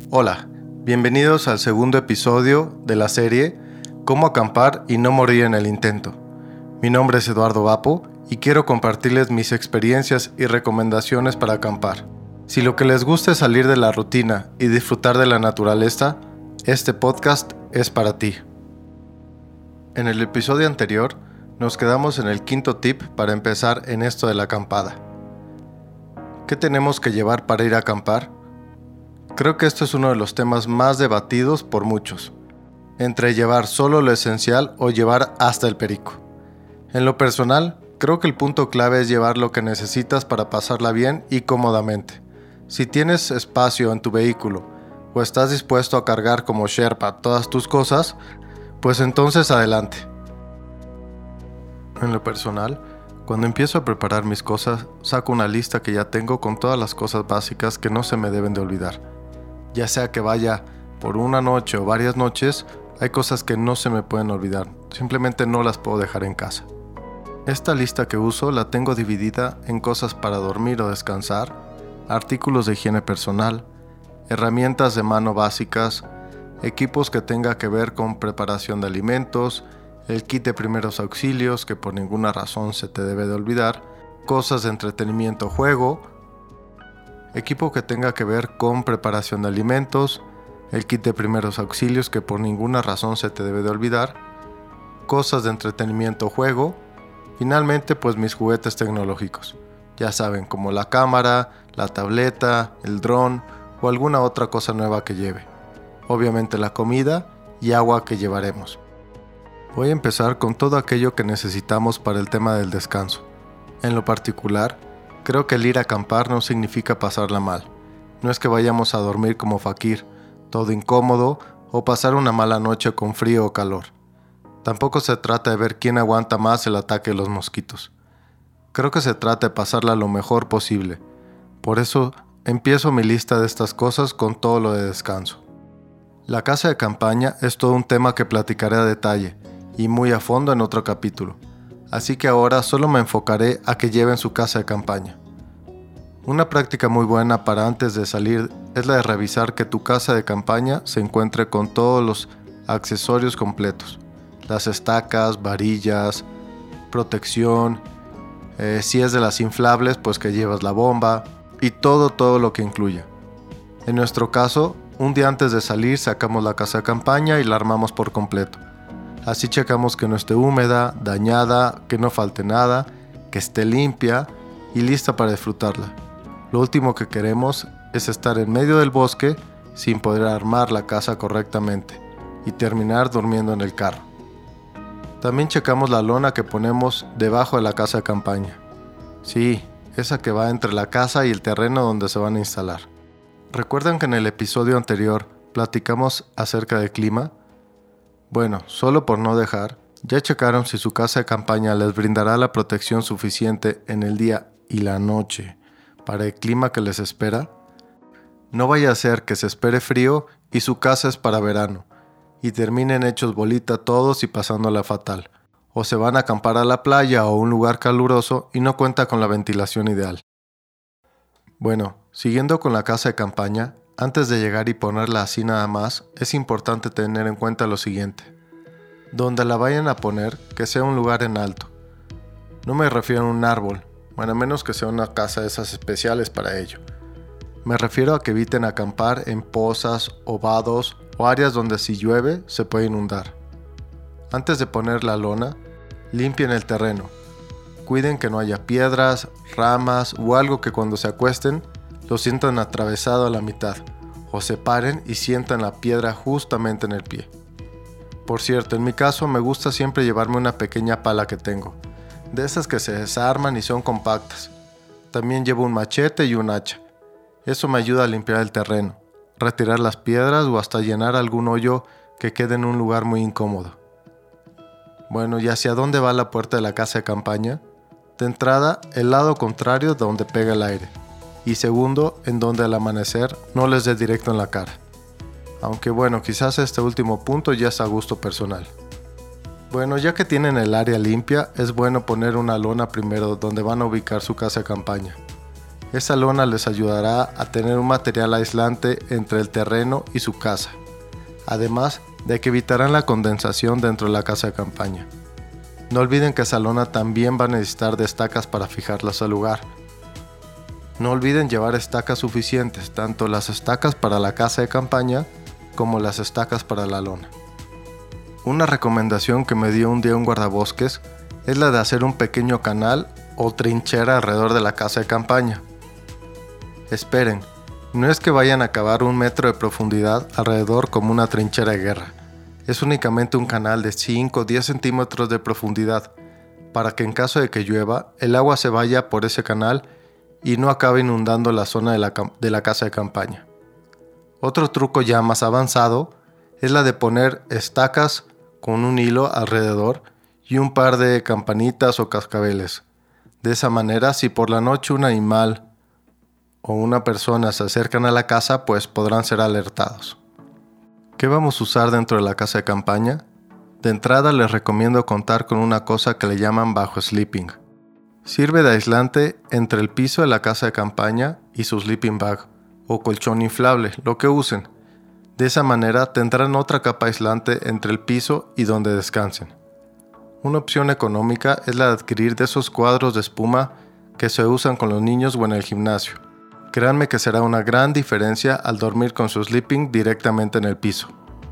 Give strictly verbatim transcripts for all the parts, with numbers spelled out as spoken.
Hola, bienvenidos al segundo episodio de la serie Cómo acampar y no morir en el intento. Mi nombre es Eduardo Vapo y quiero compartirles mis experiencias y recomendaciones para acampar. Si lo que les gusta es salir de la rutina y disfrutar de la naturaleza, este podcast es para ti. En el episodio anterior nos quedamos en el quinto tip para empezar en esto de la acampada. ¿Qué tenemos que llevar para ir a acampar? Creo que esto es uno de los temas más debatidos por muchos, entre llevar solo lo esencial o llevar hasta el perico. En lo personal, creo que el punto clave es llevar lo que necesitas para pasarla bien y cómodamente. Si tienes espacio en tu vehículo o estás dispuesto a cargar como Sherpa todas tus cosas, pues entonces adelante. En lo personal, cuando empiezo a preparar mis cosas, saco una lista que ya tengo con todas las cosas básicas que no se me deben de olvidar. Ya sea que vaya por una noche o varias noches, hay cosas que no se me pueden olvidar, simplemente no las puedo dejar en casa. Esta lista que uso la tengo dividida en cosas para dormir o descansar, artículos de higiene personal, herramientas de mano básicas, equipos que tenga que ver con preparación de alimentos, el kit de primeros auxilios que por ninguna razón se te debe de olvidar, cosas de entretenimiento o juego, equipo que tenga que ver con preparación de alimentos, el kit de primeros auxilios que por ninguna razón se te debe de olvidar, cosas de entretenimiento o juego, finalmente pues mis juguetes tecnológicos, ya saben, como la cámara, la tableta, el dron o alguna otra cosa nueva que lleve, obviamente la comida y agua que llevaremos. Voy a empezar con todo aquello que necesitamos para el tema del descanso. En lo particular, creo que el ir a acampar no significa pasarla mal. No es que vayamos a dormir como fakir, todo incómodo, o pasar una mala noche con frío o calor. Tampoco se trata de ver quién aguanta más el ataque de los mosquitos. Creo que se trata de pasarla lo mejor posible. Por eso, empiezo mi lista de estas cosas con todo lo de descanso. La casa de campaña es todo un tema que platicaré a detalle, y muy a fondo en otro capítulo. Así que ahora solo me enfocaré a que lleven su casa de campaña. Una práctica muy buena para antes de salir es la de revisar que tu casa de campaña se encuentre con todos los accesorios completos. Las estacas, varillas, protección, eh, si es de las inflables pues que llevas la bomba y todo todo lo que incluya. En nuestro caso, un día antes de salir sacamos la casa de campaña y la armamos por completo. Así checamos que no esté húmeda, dañada, que no falte nada, que esté limpia y lista para disfrutarla. Lo último que queremos es estar en medio del bosque sin poder armar la casa correctamente y terminar durmiendo en el carro. También checamos la lona que ponemos debajo de la casa de campaña. Sí, esa que va entre la casa y el terreno donde se van a instalar. ¿Recuerdan que en el episodio anterior platicamos acerca del clima? Bueno, solo por no dejar, ¿ya checaron si su casa de campaña les brindará la protección suficiente en el día y la noche para el clima que les espera? No vaya a ser que se espere frío y su casa es para verano, y terminen hechos bolita todos y pasándola fatal, o se van a acampar a la playa o a un lugar caluroso y no cuenta con la ventilación ideal. Bueno, siguiendo con la casa de campaña, antes de llegar y ponerla así nada más, es importante tener en cuenta lo siguiente. Donde la vayan a poner, que sea un lugar en alto. No me refiero a un árbol, bueno, a menos que sea una casa de esas especiales para ello. Me refiero a que eviten acampar en pozas o vados o áreas donde si llueve se puede inundar. Antes de poner la lona, limpien el terreno. Cuiden que no haya piedras, ramas o algo que cuando se acuesten lo sientan atravesado a la mitad, o se paren y sientan la piedra justamente en el pie. Por cierto, en mi caso me gusta siempre llevarme una pequeña pala que tengo, de esas que se desarman y son compactas. También llevo un machete y un hacha. Eso me ayuda a limpiar el terreno, retirar las piedras o hasta llenar algún hoyo que quede en un lugar muy incómodo. Bueno, ¿y hacia dónde va la puerta de la casa de campaña? De entrada, el lado contrario de donde pega el aire. Y segundo, en donde al amanecer no les dé directo en la cara. Aunque bueno, quizás este último punto ya es a gusto personal. Bueno, ya que tienen el área limpia, es bueno poner una lona primero donde van a ubicar su casa de campaña. Esa lona les ayudará a tener un material aislante entre el terreno y su casa, además de que evitarán la condensación dentro de la casa de campaña. No olviden que esa lona también va a necesitar de estacas para fijarlas al lugar. No olviden llevar estacas suficientes, tanto las estacas para la casa de campaña como las estacas para la lona. Una recomendación que me dio un día un guardabosques es la de hacer un pequeño canal o trinchera alrededor de la casa de campaña. Esperen, no es que vayan a cavar un metro de profundidad alrededor como una trinchera de guerra. Es únicamente un canal de cinco o diez centímetros de profundidad, para que en caso de que llueva, el agua se vaya por ese canal y no acabe inundando la zona de la, de la casa de campaña. Otro truco ya más avanzado es la de poner estacas con un hilo alrededor y un par de campanitas o cascabeles. De esa manera, si por la noche un animal o una persona se acercan a la casa, pues podrán ser alertados. ¿Qué vamos a usar dentro de la casa de campaña? De entrada les recomiendo contar con una cosa que le llaman bajo sleeping. Sirve de aislante entre el piso de la casa de campaña y su sleeping bag o colchón inflable, lo que usen. De esa manera tendrán otra capa aislante entre el piso y donde descansen. Una opción económica es la de adquirir de esos cuadros de espuma que se usan con los niños o en el gimnasio. Créanme que será una gran diferencia al dormir con su sleeping directamente en el piso.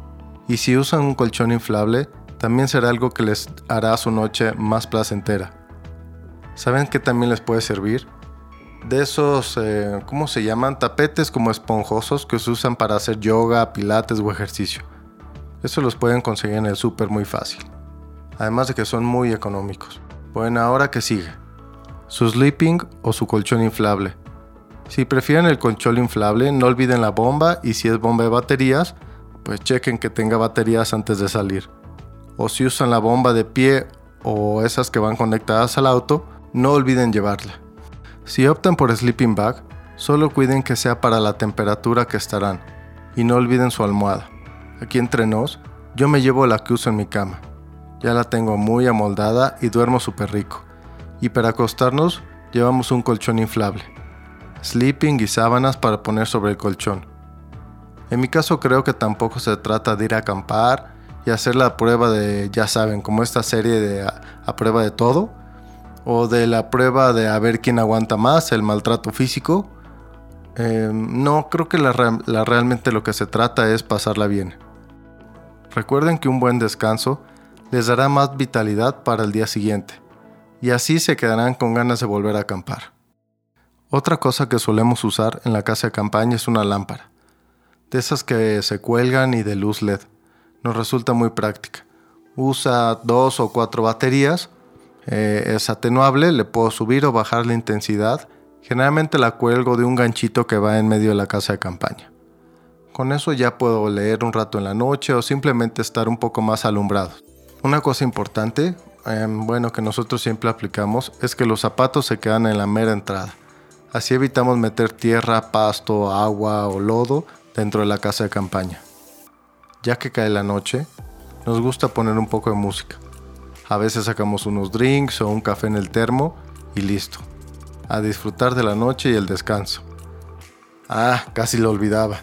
Y si usan un colchón inflable, también será algo que les hará su noche más placentera. ¿Saben qué también les puede servir? De esos, eh, ¿cómo se llaman? Tapetes como esponjosos que se usan para hacer yoga, pilates o ejercicio. Eso los pueden conseguir en el súper muy fácil. Además de que son muy económicos. Bueno, ahora que sigue. Su sleeping o su colchón inflable. Si prefieren el colchón inflable, no olviden la bomba y si es bomba de baterías, pues chequen que tenga baterías antes de salir. O si usan la bomba de pie o esas que van conectadas al auto, no olviden llevarla. Si optan por sleeping bag, solo cuiden que sea para la temperatura que estarán y no olviden su almohada. Aquí entre nos, yo me llevo la que uso en mi cama. Ya la tengo muy amoldada y duermo súper rico. Y para acostarnos, llevamos un colchón inflable, sleeping y sábanas para poner sobre el colchón. En mi caso creo que tampoco se trata de ir a acampar y hacer la prueba de, ya saben, como esta serie de a, a prueba de todo, o de la prueba de a ver quién aguanta más, el maltrato físico. Eh, no, creo que la, la realmente lo que se trata es pasarla bien. Recuerden que un buen descanso les dará más vitalidad para el día siguiente, y así se quedarán con ganas de volver a acampar. Otra cosa que solemos usar en la casa de campaña es una lámpara, de esas que se cuelgan y de luz L E D. Nos resulta muy práctica. Usa dos o cuatro baterías, eh, es atenuable, le puedo subir o bajar la intensidad. Generalmente la cuelgo de un ganchito que va en medio de la casa de campaña. Con eso ya puedo leer un rato en la noche o simplemente estar un poco más alumbrado. Una cosa importante, eh, bueno, que nosotros siempre aplicamos, es que los zapatos se quedan en la mera entrada. Así evitamos meter tierra, pasto, agua o lodo dentro de la casa de campaña. Ya que cae la noche, nos gusta poner un poco de música. A veces sacamos unos drinks o un café en el termo y listo. A disfrutar de la noche y el descanso. Ah, casi lo olvidaba.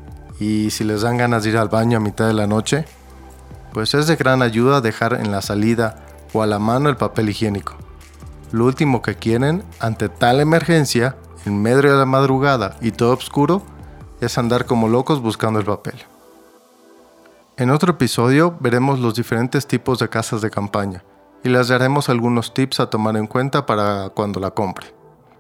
Y si les dan ganas de ir al baño a mitad de la noche, pues es de gran ayuda dejar en la salida o a la mano el papel higiénico. Lo último que quieren ante tal emergencia, en medio de la madrugada y todo oscuro, es andar como locos buscando el papel. En otro episodio veremos los diferentes tipos de casas de campaña y les daremos algunos tips a tomar en cuenta para cuando la compre.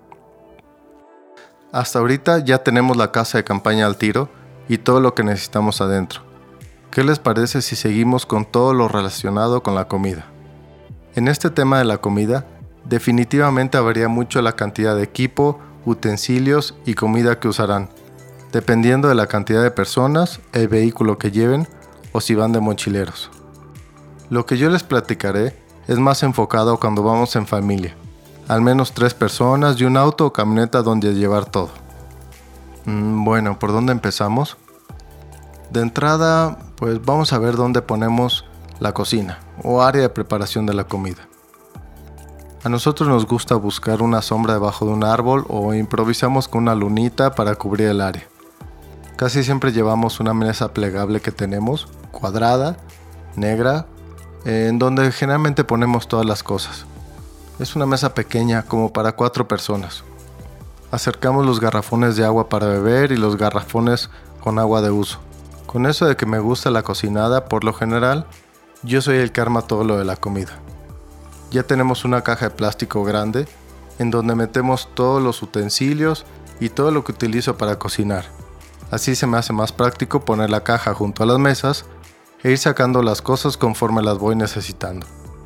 Hasta ahorita ya tenemos la casa de campaña al tiro y todo lo que necesitamos adentro. ¿Qué les parece si seguimos con todo lo relacionado con la comida? En este tema de la comida, definitivamente varía mucho la cantidad de equipo, utensilios y comida que usarán, dependiendo de la cantidad de personas, el vehículo que lleven o si van de mochileros. Lo que yo les platicaré es más enfocado cuando vamos en familia, al menos tres personas y un auto o camioneta donde llevar todo. Mm, bueno, ¿por dónde empezamos? De entrada, pues vamos a ver dónde ponemos la cocina o área de preparación de la comida. A nosotros nos gusta buscar una sombra debajo de un árbol o improvisamos con una lunita para cubrir el área. Casi siempre llevamos una mesa plegable que tenemos, cuadrada, negra, en donde generalmente ponemos todas las cosas. Es una mesa pequeña como para cuatro personas. Acercamos los garrafones de agua para beber y los garrafones con agua de uso. Con eso de que me gusta la cocinada, por lo general, yo soy el que arma todo lo de la comida. Ya tenemos una caja de plástico grande en donde metemos todos los utensilios y todo lo que utilizo para cocinar. Así se me hace más práctico poner la caja junto a las mesas e ir sacando las cosas conforme las voy necesitando.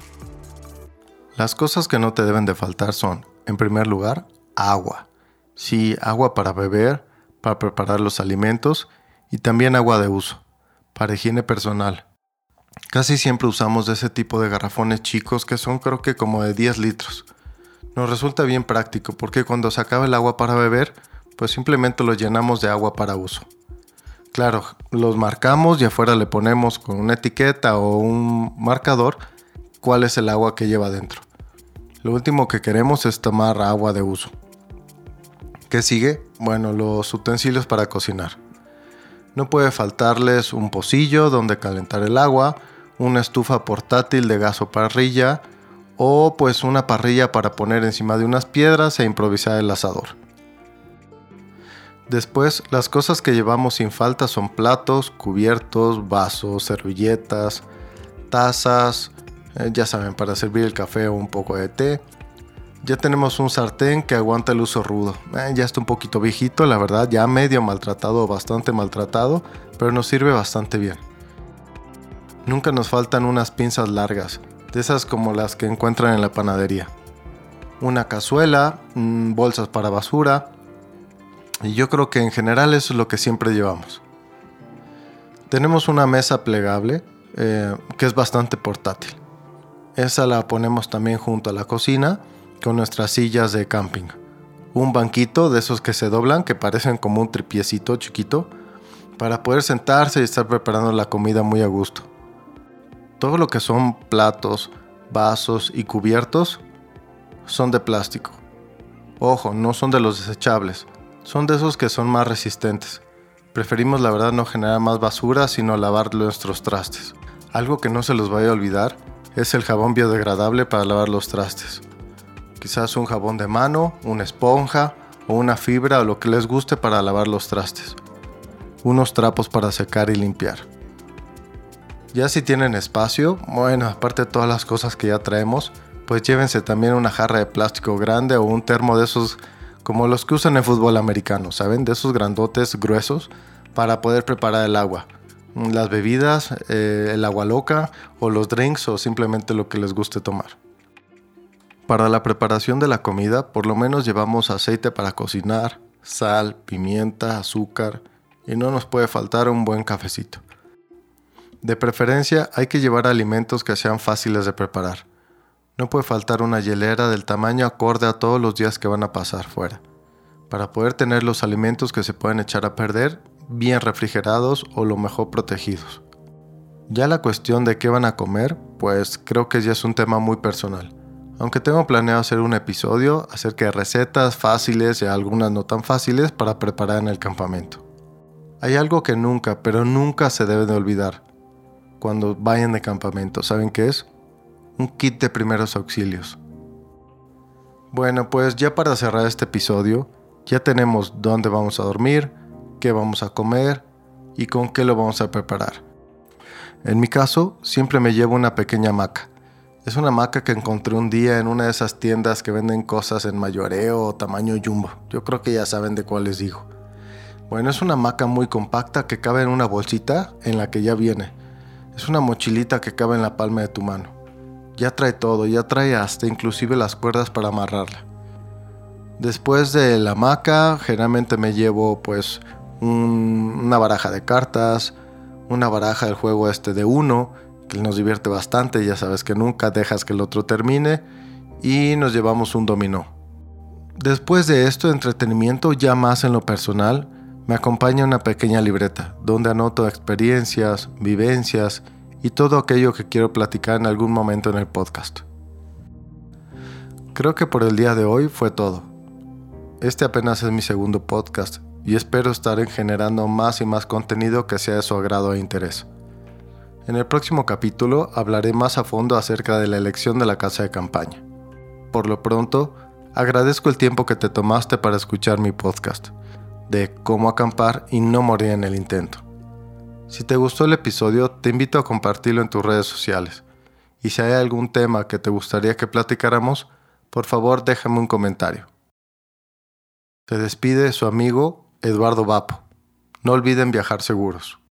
Las cosas que no te deben de faltar son, en primer lugar, agua. Sí, agua para beber, para preparar los alimentos y también agua de uso, para higiene personal. Casi siempre usamos de ese tipo de garrafones chicos que son creo que como de diez litros. Nos resulta bien práctico porque cuando se acaba el agua para beber, pues simplemente lo llenamos de agua para uso. Claro, los marcamos y afuera le ponemos con una etiqueta o un marcador cuál es el agua que lleva dentro. Lo último que queremos es tomar agua de uso. ¿Qué sigue? Bueno, los utensilios para cocinar. No puede faltarles un pocillo donde calentar el agua, una estufa portátil de gas o parrilla o pues una parrilla para poner encima de unas piedras e improvisar el asador. Después, las cosas que llevamos sin falta son platos, cubiertos, vasos, servilletas, tazas, eh, ya saben, para servir el café o un poco de té. Ya tenemos un sartén que aguanta el uso rudo. Eh, ya está un poquito viejito, la verdad, ya medio maltratado, bastante maltratado, pero nos sirve bastante bien. Nunca nos faltan unas pinzas largas, de esas como las que encuentran en la panadería. Una cazuela, mmm, bolsas para basura. Y yo creo que en general eso es lo que siempre llevamos. Tenemos una mesa plegable eh, que es bastante portátil. Esa la ponemos también junto a la cocina con nuestras sillas de camping. Un banquito de esos que se doblan que parecen como un tripiecito chiquito para poder sentarse y estar preparando la comida muy a gusto. Todo lo que son platos, vasos y cubiertos son de plástico. Ojo, no son de los desechables. Son de esos que son más resistentes. Preferimos la verdad no generar más basura, sino lavar nuestros trastes. Algo que no se los vaya a olvidar es el jabón biodegradable para lavar los trastes. Quizás un jabón de mano, una esponja o una fibra o lo que les guste para lavar los trastes. Unos trapos para secar y limpiar. Ya si tienen espacio, bueno, aparte de todas las cosas que ya traemos, pues llévense también una jarra de plástico grande o un termo de esos como los que usan en fútbol americano, ¿saben? De esos grandotes gruesos para poder preparar el agua. Las bebidas, eh, el agua loca o los drinks o simplemente lo que les guste tomar. Para la preparación de la comida, por lo menos llevamos aceite para cocinar, sal, pimienta, azúcar y no nos puede faltar un buen cafecito. De preferencia hay que llevar alimentos que sean fáciles de preparar. No puede faltar una hielera del tamaño acorde a todos los días que van a pasar fuera, para poder tener los alimentos que se pueden echar a perder bien refrigerados o lo mejor protegidos. Ya la cuestión de qué van a comer, pues creo que ya es un tema muy personal, aunque tengo planeado hacer un episodio acerca de recetas fáciles y algunas no tan fáciles para preparar en el campamento. Hay algo que nunca, pero nunca se debe de olvidar cuando vayan de campamento, ¿saben qué es? Un kit de primeros auxilios. Bueno, pues ya para cerrar este episodio, ya tenemos dónde vamos a dormir, qué vamos a comer y con qué lo vamos a preparar. En mi caso, siempre me llevo una pequeña hamaca. Es una hamaca que encontré un día en una de esas tiendas que venden cosas en mayoreo o tamaño jumbo. Yo creo que ya saben de cuál les digo. Bueno, es una hamaca muy compacta que cabe en una bolsita en la que ya viene. Es una mochilita que cabe en la palma de tu mano. Ya trae todo, ya trae hasta inclusive las cuerdas para amarrarla. Después de la hamaca, generalmente me llevo pues un, una baraja de cartas, una baraja del juego este de uno, que nos divierte bastante, ya sabes que nunca dejas que el otro termine, y nos llevamos un dominó. Después de esto, entretenimiento ya más en lo personal, me acompaña una pequeña libreta, donde anoto experiencias, vivencias, y todo aquello que quiero platicar en algún momento en el podcast. Creo que por el día de hoy fue todo. Este apenas es mi segundo podcast y espero estar generando más y más contenido que sea de su agrado e interés. En el próximo capítulo hablaré más a fondo acerca de la elección de la casa de campaña. Por lo pronto, agradezco el tiempo que te tomaste para escuchar mi podcast de cómo acampar y no morir en el intento. Si te gustó el episodio, te invito a compartirlo en tus redes sociales. Y si hay algún tema que te gustaría que platicáramos, por favor déjame un comentario. Se despide su amigo Eduardo Vapo. No olviden viajar seguros.